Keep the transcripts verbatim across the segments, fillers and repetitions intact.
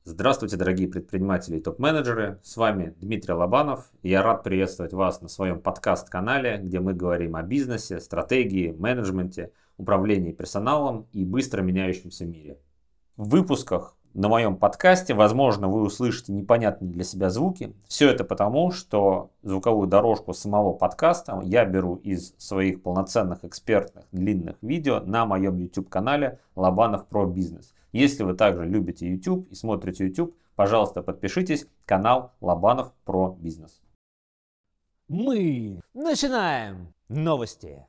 Здравствуйте, дорогие предприниматели и топ-менеджеры, с вами Дмитрий Лобанов, и я рад приветствовать вас на своем подкаст-канале, где мы говорим о бизнесе, стратегии, менеджменте, управлении персоналом и быстро меняющемся мире. В выпусках на моем подкасте, возможно, вы услышите непонятные для себя звуки. Все это потому, что звуковую дорожку самого подкаста я беру из своих полноценных экспертных длинных видео на моем YouTube-канале Лобанов про бизнес. Если вы также любите YouTube и смотрите YouTube, пожалуйста, подпишитесь, канал Лобанов про бизнес. Мы начинаем новости.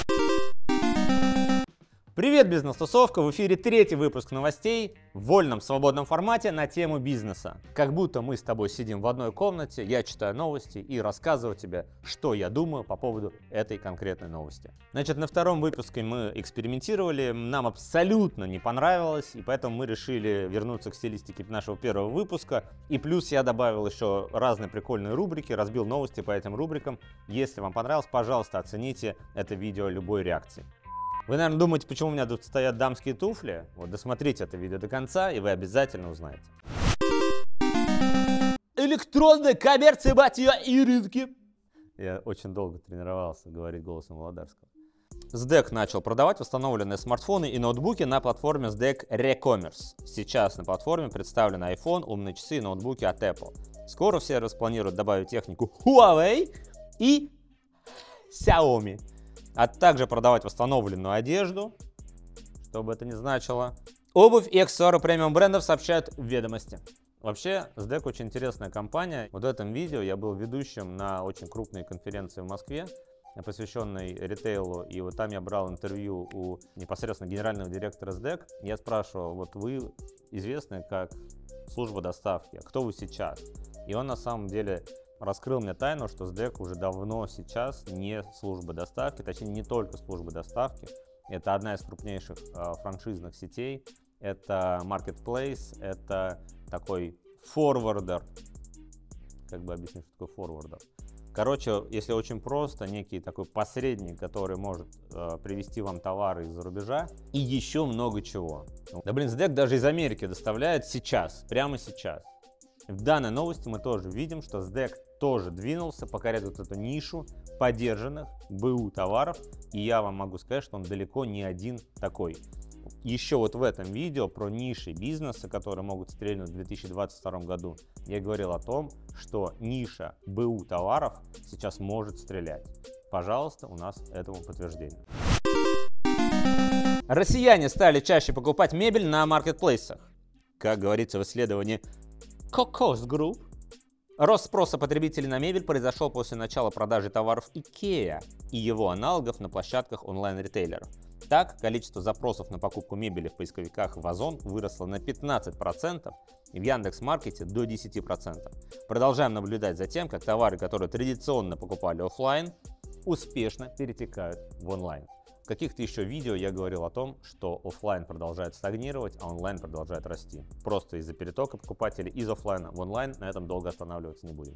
Привет, бизнес-тусовка! В эфире третий выпуск новостей в вольном свободном формате на тему бизнеса. Как будто мы с тобой сидим в одной комнате, я читаю новости и рассказываю тебе, что я думаю по поводу этой конкретной новости. Значит, на втором выпуске мы экспериментировали, нам абсолютно не понравилось, и поэтому мы решили вернуться к стилистике нашего первого выпуска. И плюс я добавил еще разные прикольные рубрики, разбил новости по этим рубрикам. Если вам понравилось, пожалуйста, оцените это видео любой реакцией. Вы, наверное, думаете, почему у меня тут стоят дамские туфли? Вот досмотрите это видео до конца, и вы обязательно узнаете. Электронная коммерция, мать ее, и рынки. Я очень долго тренировался говорить голосом Володарского. сдэк начал продавать восстановленные смартфоны и ноутбуки на платформе сдэк Recommerce. Сейчас на платформе представлены iPhone, умные часы и ноутбуки от Apple. Скоро в сервис планируют добавить технику Huawei и Xiaomi. А также продавать восстановленную одежду, что бы это ни значило. Обувь и аксессуары премиум брендов, сообщают Ведомости. Вообще, сдэк очень интересная компания. Вот в этом видео я был ведущим на очень крупной конференции в Москве, посвященной ритейлу, и вот там я брал интервью у непосредственно генерального директора сдэк. Я спрашивал, вот вы известны как служба доставки, а кто вы сейчас? И он на самом деле раскрыл мне тайну, что сдэк уже давно сейчас не служба доставки, точнее не только служба доставки. Это одна из крупнейших э, франшизных сетей, это marketplace, это такой форвардер. Как бы объяснить, что такое форвардер? Короче, если очень просто, некий такой посредник, который может э, привезти вам товары из-за рубежа и еще много чего. Да блин, сдэк даже из Америки доставляет сейчас, прямо сейчас. В данной новости мы тоже видим, что сдэк тоже двинулся покорять вот эту нишу подержанных БУ товаров. И я вам могу сказать, что он далеко не один такой. Еще вот в этом видео про ниши бизнеса, которые могут стрельнуть в две тысячи двадцать втором году, я говорил о том, что ниша БУ товаров сейчас может стрелять. Пожалуйста, у нас этому подтверждение. Россияне стали чаще покупать мебель на маркетплейсах. Как говорится в исследовании Cocos Group, рост спроса потребителей на мебель произошел после начала продажи товаров IKEA и его аналогов на площадках онлайн-ритейлеров. Так, количество запросов на покупку мебели в поисковиках в Озон выросло на пятнадцать процентов и в Яндекс.Маркете до десяти процентов. Продолжаем наблюдать за тем, как товары, которые традиционно покупали офлайн, успешно перетекают в онлайн. В каких-то еще видео я говорил о том, что офлайн продолжает стагнировать, а онлайн продолжает расти. Просто из-за перетока покупателей из офлайна в онлайн, на этом долго останавливаться не будем.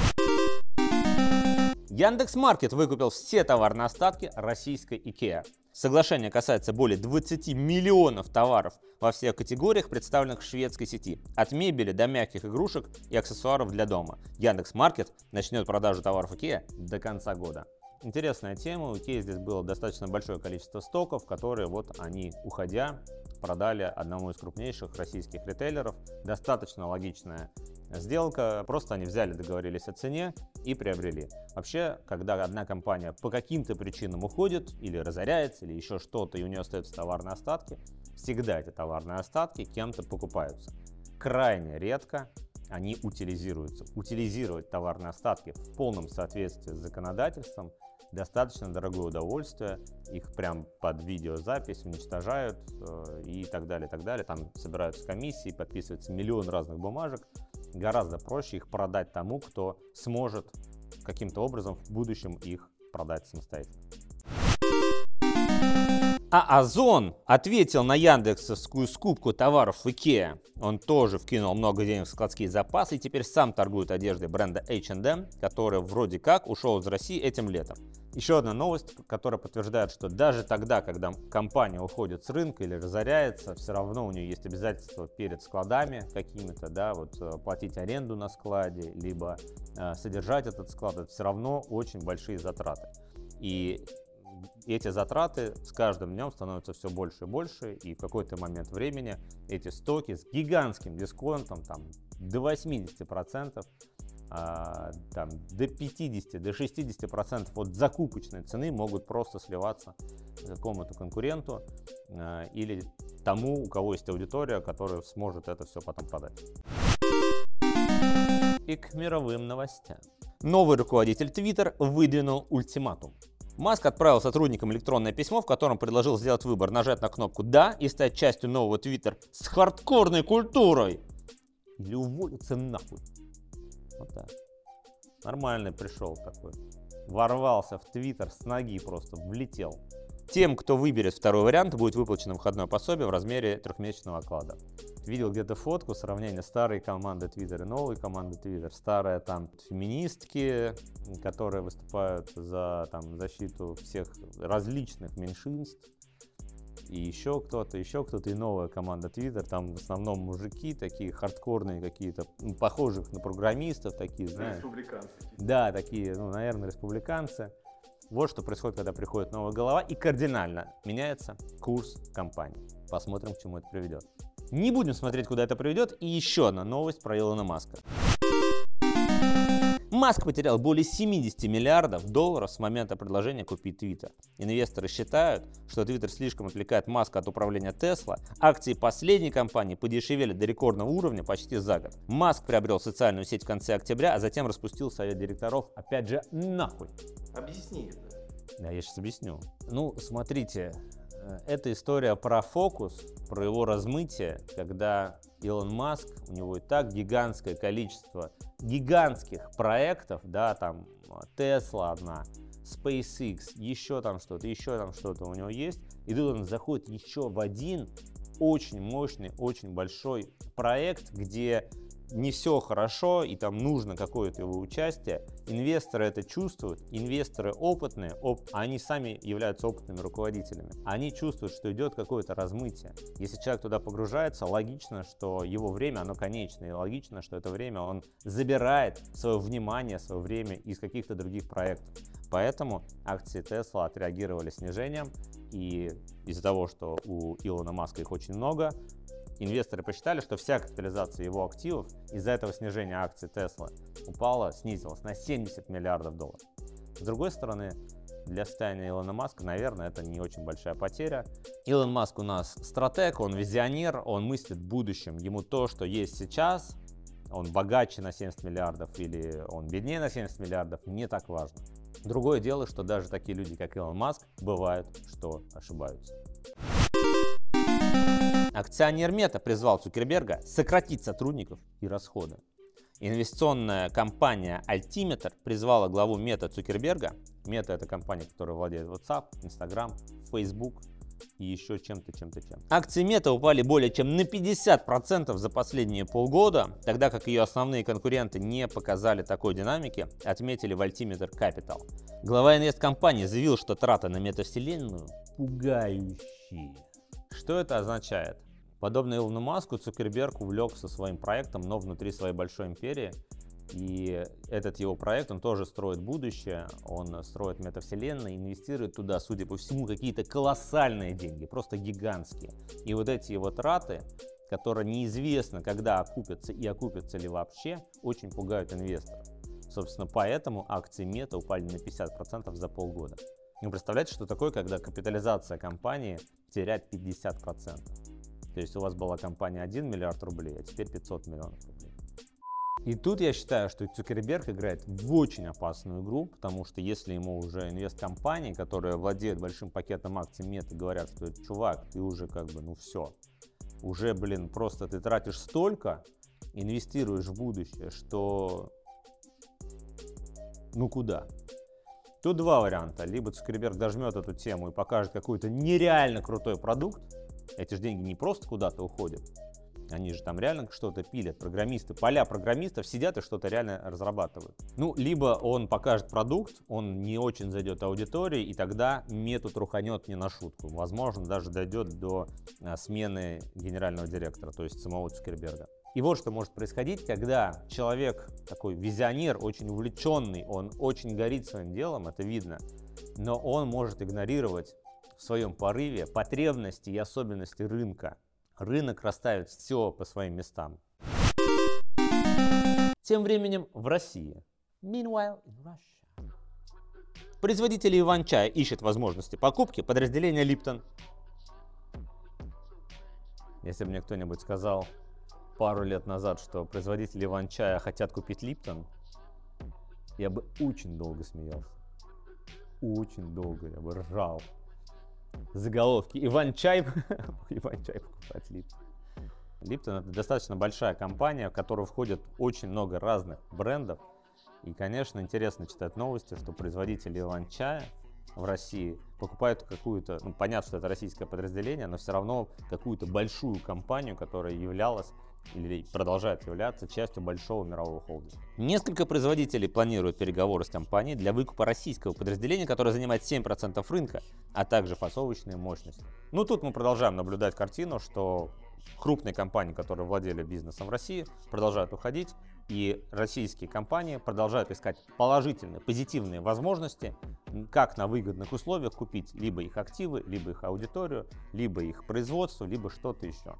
Яндекс.Маркет выкупил все товарные остатки российской IKEA. Соглашение касается более двадцати миллионов товаров во всех категориях, представленных в шведской сети. От мебели до мягких игрушек и аксессуаров для дома. Яндекс.Маркет начнет продажу товаров IKEA до конца года. Интересная тема, у IKEA здесь было достаточно большое количество стоков, которые вот они, уходя, продали одному из крупнейших российских ритейлеров. Достаточно логичная сделка, просто они взяли, договорились о цене и приобрели. Вообще, когда одна компания по каким-то причинам уходит или разоряется, или еще что-то, и у нее остаются товарные остатки, всегда эти товарные остатки кем-то покупаются. Крайне редко они утилизируются. Утилизировать товарные остатки в полном соответствии с законодательством достаточно дорогое удовольствие, их прям под видеозапись уничтожают э, и так далее, так далее. Там собираются комиссии, подписывается миллион разных бумажек. Гораздо проще их продать тому, кто сможет каким-то образом в будущем их продать самостоятельно. А Озон ответил на яндексовскую скупку товаров в Икеа. Он тоже вкинул много денег в складские запасы и теперь сам торгует одеждой бренда эйч энд эм, который вроде как ушел из России этим летом. Еще одна новость, которая подтверждает, что даже тогда, когда компания уходит с рынка или разоряется, все равно у нее есть обязательства перед складами какими-то, да, вот платить аренду на складе, либо э, содержать этот склад, это все равно очень большие затраты. И эти затраты с каждым днем становятся все больше и больше, и в какой-то момент времени эти стоки с гигантским дисконтом, там, до восьмидесяти процентов, а, там, до пятидесяти, до шестидесяти процентов от закупочной цены могут просто сливаться какому-то конкуренту а, или тому, у кого есть аудитория, которая сможет это все потом продать. И к мировым новостям. Новый руководитель Twitter выдвинул ультиматум. Маск отправил сотрудникам электронное письмо, в котором предложил сделать выбор, нажать на кнопку «Да» и стать частью нового Twitter с хардкорной культурой, или уволиться нахуй. Вот так. Нормальный пришел такой. Ворвался в Twitter с ноги, просто влетел. Тем, кто выберет второй вариант, будет выплачено выходное пособие в размере трехмесячного оклада. Видел где-то фотку, сравнение старой команды Twitter и новой команды Twitter. Старая там феминистки, которые выступают за там, защиту всех различных меньшинств. И еще кто-то, еще кто-то, и новая команда Twitter. Там в основном мужики такие хардкорные какие-то, ну, похожих на программистов, такие, знаешь. Республиканцы. Да, такие, ну, наверное, республиканцы. Вот что происходит, когда приходит новая голова, и кардинально меняется курс компании. Посмотрим, к чему это приведет. Не будем смотреть, куда это приведет. И еще одна новость про Илона Маска. Маск потерял более семидесяти миллиардов долларов с момента предложения купить Twitter. Инвесторы считают, что Twitter слишком отвлекает Маска от управления Tesla. Акции последней компании подешевели до рекордного уровня почти за год. Маск приобрел социальную сеть в конце октября, а затем распустил совет директоров. Опять же, нахуй. Объясни это. Да, я сейчас объясню. Ну, смотрите, это история про фокус, про его размытие, когда Илон Маск, у него и так гигантское количество гигантских проектов, да, там Tesla одна, SpaceX, еще там что-то, еще там что-то у него есть, и тут он заходит еще в один очень мощный, очень большой проект, где не все хорошо, и там нужно какое-то его участие. Инвесторы это чувствуют, инвесторы опытные, оп, они сами являются опытными руководителями. Они чувствуют, что идет какое-то размытие. Если человек туда погружается, логично, что его время, оно конечное, и логично, что это время он забирает свое внимание, свое время из каких-то других проектов. Поэтому акции Tesla отреагировали снижением, и из-за того, что у Илона Маска их очень много, инвесторы посчитали, что вся капитализация его активов из-за этого снижения акций Tesla упала, снизилась на семьдесят миллиардов долларов. С другой стороны, для состояния Илона Маска, наверное, это не очень большая потеря. Илон Маск у нас стратег, он визионер, он мыслит в будущем. Ему то, что есть сейчас, он богаче на семьдесят миллиардов или он беднее на семьдесят миллиардов, не так важно. Другое дело, что даже такие люди, как Илон Маск, бывают, что ошибаются. Акционер Мета призвал Цукерберга сократить сотрудников и расходы. Инвестиционная компания Altimeter призвала главу Мета Цукерберга, Мета — это компания, которая владеет WhatsApp, Instagram, Facebook и еще чем-то, чем-то, чем-то. Акции Мета упали более чем на пятьдесят процентов за последние полгода, тогда как ее основные конкуренты не показали такой динамики, отметили в Altimeter Capital. Глава инвесткомпании заявил, что траты на метавселенную пугающие. Что это означает? Подобно Илону Маску, Цукерберг увлекся своим проектом, но внутри своей большой империи. И этот его проект, он тоже строит будущее, он строит метавселенную, инвестирует туда, судя по всему, какие-то колоссальные деньги, просто гигантские. И вот эти его траты, которые неизвестно, когда окупятся и окупятся ли вообще, очень пугают инвесторов. Собственно, поэтому акции Мета упали на пятьдесят процентов за полгода. Вы представляете, что такое, когда капитализация компании теряет пятьдесят процентов? То есть у вас была компания один миллиард рублей, а теперь пятьсот миллионов рублей. И тут я считаю, что Цукерберг играет в очень опасную игру, потому что если ему уже инвесткомпании, которые владеют большим пакетом акций Мета, говорят, что чувак, ты уже как бы, ну все, уже, блин, просто ты тратишь столько, инвестируешь в будущее, что ну куда? Тут два варианта. Либо Цукерберг дожмет эту тему и покажет какой-то нереально крутой продукт. Эти же деньги не просто куда-то уходят. Они же там реально что-то пилят. Программисты, поля программистов сидят и что-то реально разрабатывают. Ну, либо он покажет продукт, он не очень зайдет аудитории, и тогда метод руханет не на шутку. Возможно, даже дойдет до а, смены генерального директора, то есть самого Цукерберга. И вот что может происходить, когда человек такой визионер, очень увлеченный, он очень горит своим делом, это видно, но он может игнорировать в своем порыве потребности и особенности рынка. Рынок расставит все по своим местам. Тем временем в России. Meanwhile in Russia. Производитель Иван-чая ищет возможности покупки подразделения Lipton. Если бы мне кто-нибудь сказал пару лет назад, что производители Иван-чая хотят купить Lipton, я бы очень долго смеялся. Очень долго я бы ржал. Заголовки: Иван-чай, Иван-чай покупать Lipton. Lipton — это достаточно большая компания, в которую входит очень много разных брендов. И, конечно, интересно читать новости, что производители Иван-чая в России покупают какую-то, ну, понятно, что это российское подразделение, но все равно какую-то большую компанию, которая являлась или продолжает являться частью большого мирового холдинга. Несколько производителей планируют переговоры с компанией для выкупа российского подразделения, которое занимает семь процентов рынка, а также фасовочные мощности. Ну, тут мы продолжаем наблюдать картину, что крупные компании, которые владели бизнесом в России, продолжают уходить, и российские компании продолжают искать положительные, позитивные возможности, как на выгодных условиях купить либо их активы, либо их аудиторию, либо их производство, либо что-то еще.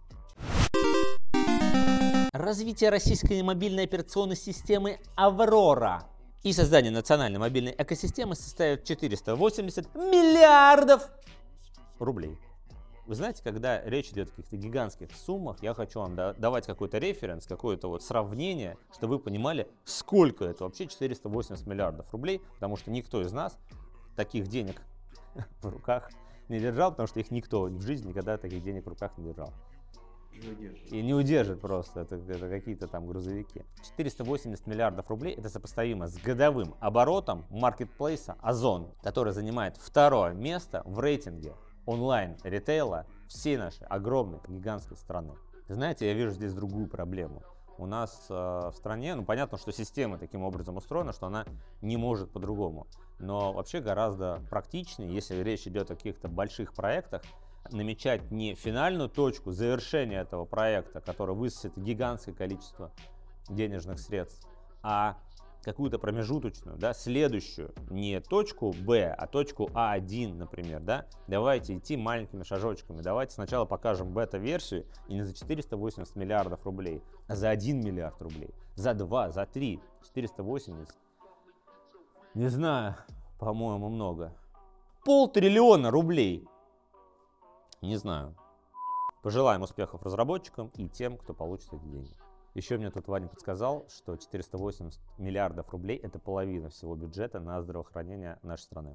Развитие российской мобильной операционной системы «Аврора» и создание национальной мобильной экосистемы составит четыреста восемьдесят миллиардов рублей. Вы знаете, когда речь идет о каких-то гигантских суммах, я хочу вам давать какой-то референс, какое-то вот сравнение, чтобы вы понимали, сколько это вообще четыреста восемьдесят миллиардов рублей, потому что никто из нас таких денег в руках не держал, потому что их никто в жизни никогда таких денег в руках не держал. И не удержит просто, это, это какие-то там грузовики. четыреста восемьдесят миллиардов рублей — это сопоставимо с годовым оборотом маркетплейса Озон, который занимает второе место в рейтинге онлайн-ритейла всей нашей огромной, гигантской страны. Знаете, я вижу здесь другую проблему. У нас э, в стране, ну понятно, что система таким образом устроена, что она не может по-другому. Но вообще гораздо практичнее, если речь идет о каких-то больших проектах, намечать не финальную точку завершения этого проекта, который высосет гигантское количество денежных средств, а какую-то промежуточную, да, следующую, не точку Б, а точку А один, например, да. Давайте идти маленькими шажочками. Давайте сначала покажем бета-версию, и не за четыреста восемьдесят миллиардов рублей, а за один миллиард рублей, за два, за три, четыреста восемьдесят. Не знаю, по-моему, много. Полтриллиона рублей. Не знаю. Пожелаем успехов разработчикам и тем, кто получит эти деньги. Еще мне тут Ваня подсказал, что четыреста восемьдесят миллиардов рублей — это половина всего бюджета на здравоохранение нашей страны.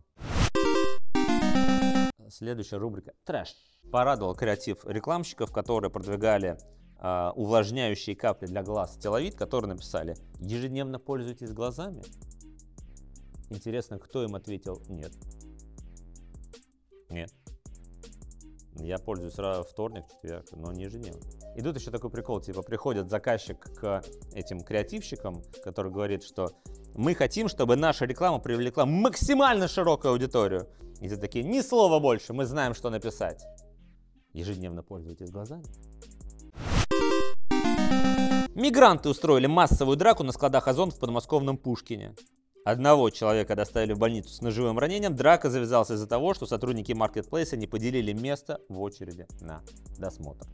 Следующая рубрика — трэш. Порадовал креатив рекламщиков, которые продвигали э, увлажняющие капли для глаз Телавит, которые написали: ежедневно пользуйтесь глазами. Интересно, кто им ответил нет. Нет. Я пользуюсь вторник, четверг, но не ежедневно. И тут еще такой прикол, типа приходит заказчик к этим креативщикам, который говорит, что мы хотим, чтобы наша реклама привлекла максимально широкую аудиторию. И ты такие: ни слова больше, мы знаем, что написать. Ежедневно пользуйтесь глазами. Мигранты устроили массовую драку на складах Озон в подмосковном Пушкине. Одного человека доставили в больницу с ножевым ранением. Драка завязалась из-за того, что сотрудники маркетплейса не поделили место в очереди на досмотр.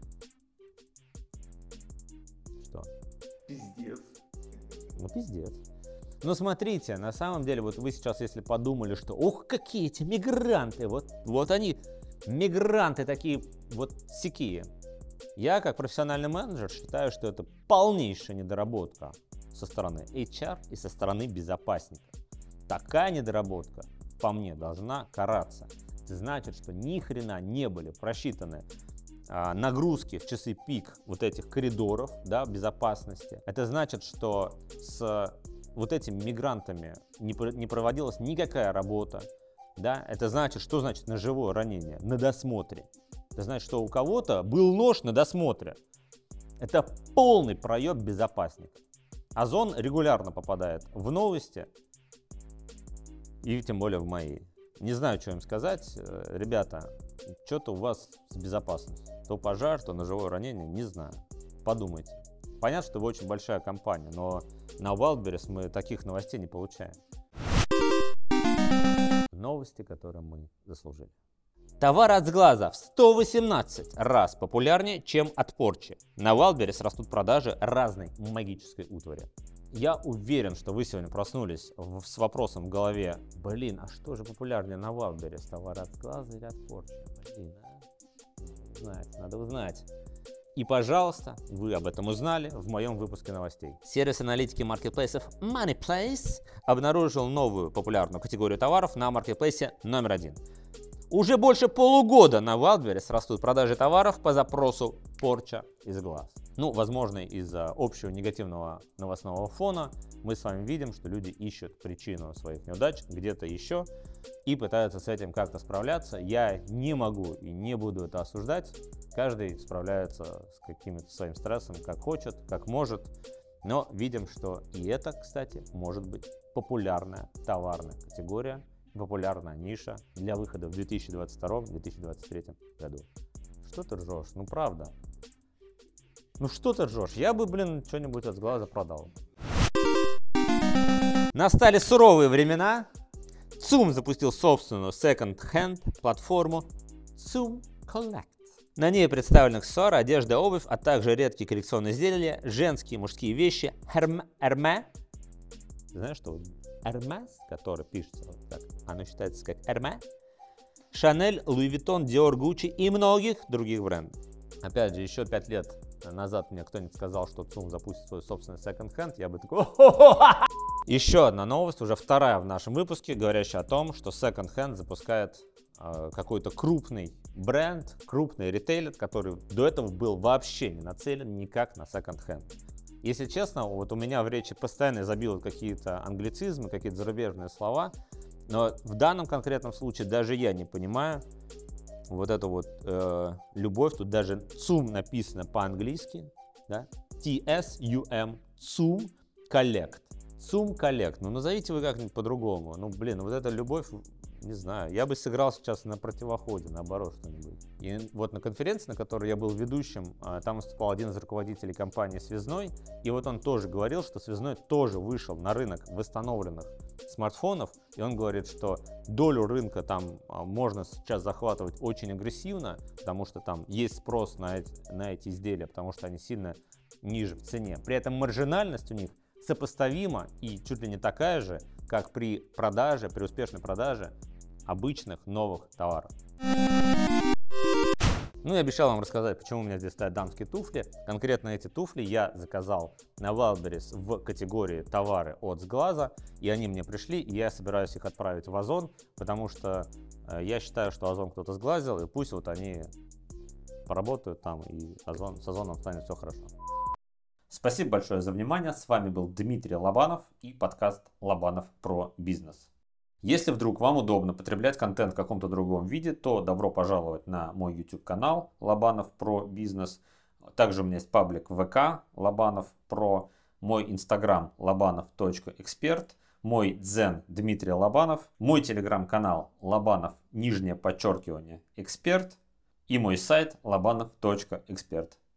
Что? Пиздец. Ну, пиздец. Но смотрите, на самом деле, вот вы сейчас, если подумали, что ух, какие эти мигранты, вот, вот они, мигранты такие вот сякие. Я, как профессиональный менеджер, считаю, что это полнейшая недоработка со стороны эйч ар и со стороны безопасника. Такая недоработка, по мне, должна караться. Это значит, что ни хрена не были просчитаны а, нагрузки в часы пик вот этих коридоров, да, безопасности. Это значит, что с вот этими мигрантами не, не проводилась никакая работа, да, это значит, что значит ножевое ранение? На досмотре. Это значит, что у кого-то был нож на досмотре. Это полный проеб безопасника. Озон регулярно попадает в новости, и тем более в мои. Не знаю, что им сказать. Ребята, что-то у вас с безопасностью. То пожар, то ножевое ранение, не знаю. Подумайте. Понятно, что вы очень большая компания, но на Wildberries мы таких новостей не получаем. Новости, которые мы заслужили. Товары от сглаза в сто восемнадцать раз популярнее, чем от порчи. На Wildberries растут продажи разной магической утвари. Я уверен, что вы сегодня проснулись в, с вопросом в голове: блин, а что же популярнее на Wildberries? Товары от сглаза или от порчи? Блин, а? Узнать, надо узнать. И, пожалуйста, вы об этом узнали в моем выпуске новостей. Сервис аналитики маркетплейсов Moneyplace обнаружил новую популярную категорию товаров на маркетплейсе номер один. Уже больше полугода на Wildberries растут продажи товаров по запросу «порча из глаз». Ну, возможно, из-за общего негативного новостного фона мы с вами видим, что люди ищут причину своих неудач где-то еще и пытаются с этим как-то справляться. Я не могу и не буду это осуждать. Каждый справляется с каким-то своим стрессом как хочет, как может. Но видим, что и это, кстати, может быть популярная товарная категория, популярная ниша для выхода в две тысячи двадцать втором — две тысячи двадцать третьем году. Что ты ржешь? Ну правда. Ну что ты ржешь? Я бы, блин, что-нибудь от сглаза продал. Настали суровые времена. цум запустил собственную секонд-хенд платформу цум Collect. На ней представлены аксессуары, одежда, обувь, а также редкие коллекционные изделия, женские и мужские вещи, Hermès. Знаешь, что Hermès, который пишется вот так, оно считается как Hermès, Chanel, Louis Vuitton, Dior, Gucci и многих других брендов. Опять же, еще пять лет назад мне кто-нибудь сказал, что цум запустит свой собственный секонд-хенд, я бы такой... Еще одна новость, уже вторая в нашем выпуске, говорящая о том, что секонд-хенд запускает э, какой-то крупный бренд, крупный ритейлер, который до этого был вообще не нацелен никак на секонд-хенд. Если честно, вот у меня в речи постоянно изобилуют какие-то англицизмы, какие-то зарубежные слова, но в данном конкретном случае даже я не понимаю вот эту вот э, любовь. Тут даже цум написано по-английски, да? ти эс ю эм, цум Collect. цум Collect, ну назовите вы как-нибудь по-другому. Ну блин, вот эта любовь, не знаю, я бы сыграл сейчас на противоходе, наоборот что-нибудь. И вот на конференции, на которой я был ведущим, там выступал один из руководителей компании Связной, и вот он тоже говорил, что Связной тоже вышел на рынок восстановленных смартфонов, и он говорит, что долю рынка там можно сейчас захватывать очень агрессивно, потому что там есть спрос на эти, на эти изделия, потому что они сильно ниже в цене. При этом маржинальность у них сопоставима и чуть ли не такая же, как при продаже, при успешной продаже обычных новых товаров. Ну и обещал вам рассказать, почему у меня здесь стоят дамские туфли. Конкретно эти туфли я заказал на Wildberries в категории товары от сглаза, и они мне пришли, и я собираюсь их отправить в Озон, потому что э, я считаю, что Озон кто-то сглазил, и пусть вот они поработают там, и Озон, с Озоном станет все хорошо. Спасибо большое за внимание. С вами был Дмитрий Лобанов и подкаст Лобанов про бизнес. Если вдруг вам удобно потреблять контент в каком-то другом виде, то добро пожаловать на мой YouTube канал Лобанов про бизнес. Также у меня есть паблик в ВК Лобанов про, мой инстаграм лобанов точка эксперт, мой дзен Дмитрий Лобанов, мой телеграм-канал Лобанов нижнее подчеркивание эксперт и мой сайт лобанов точка эксперт.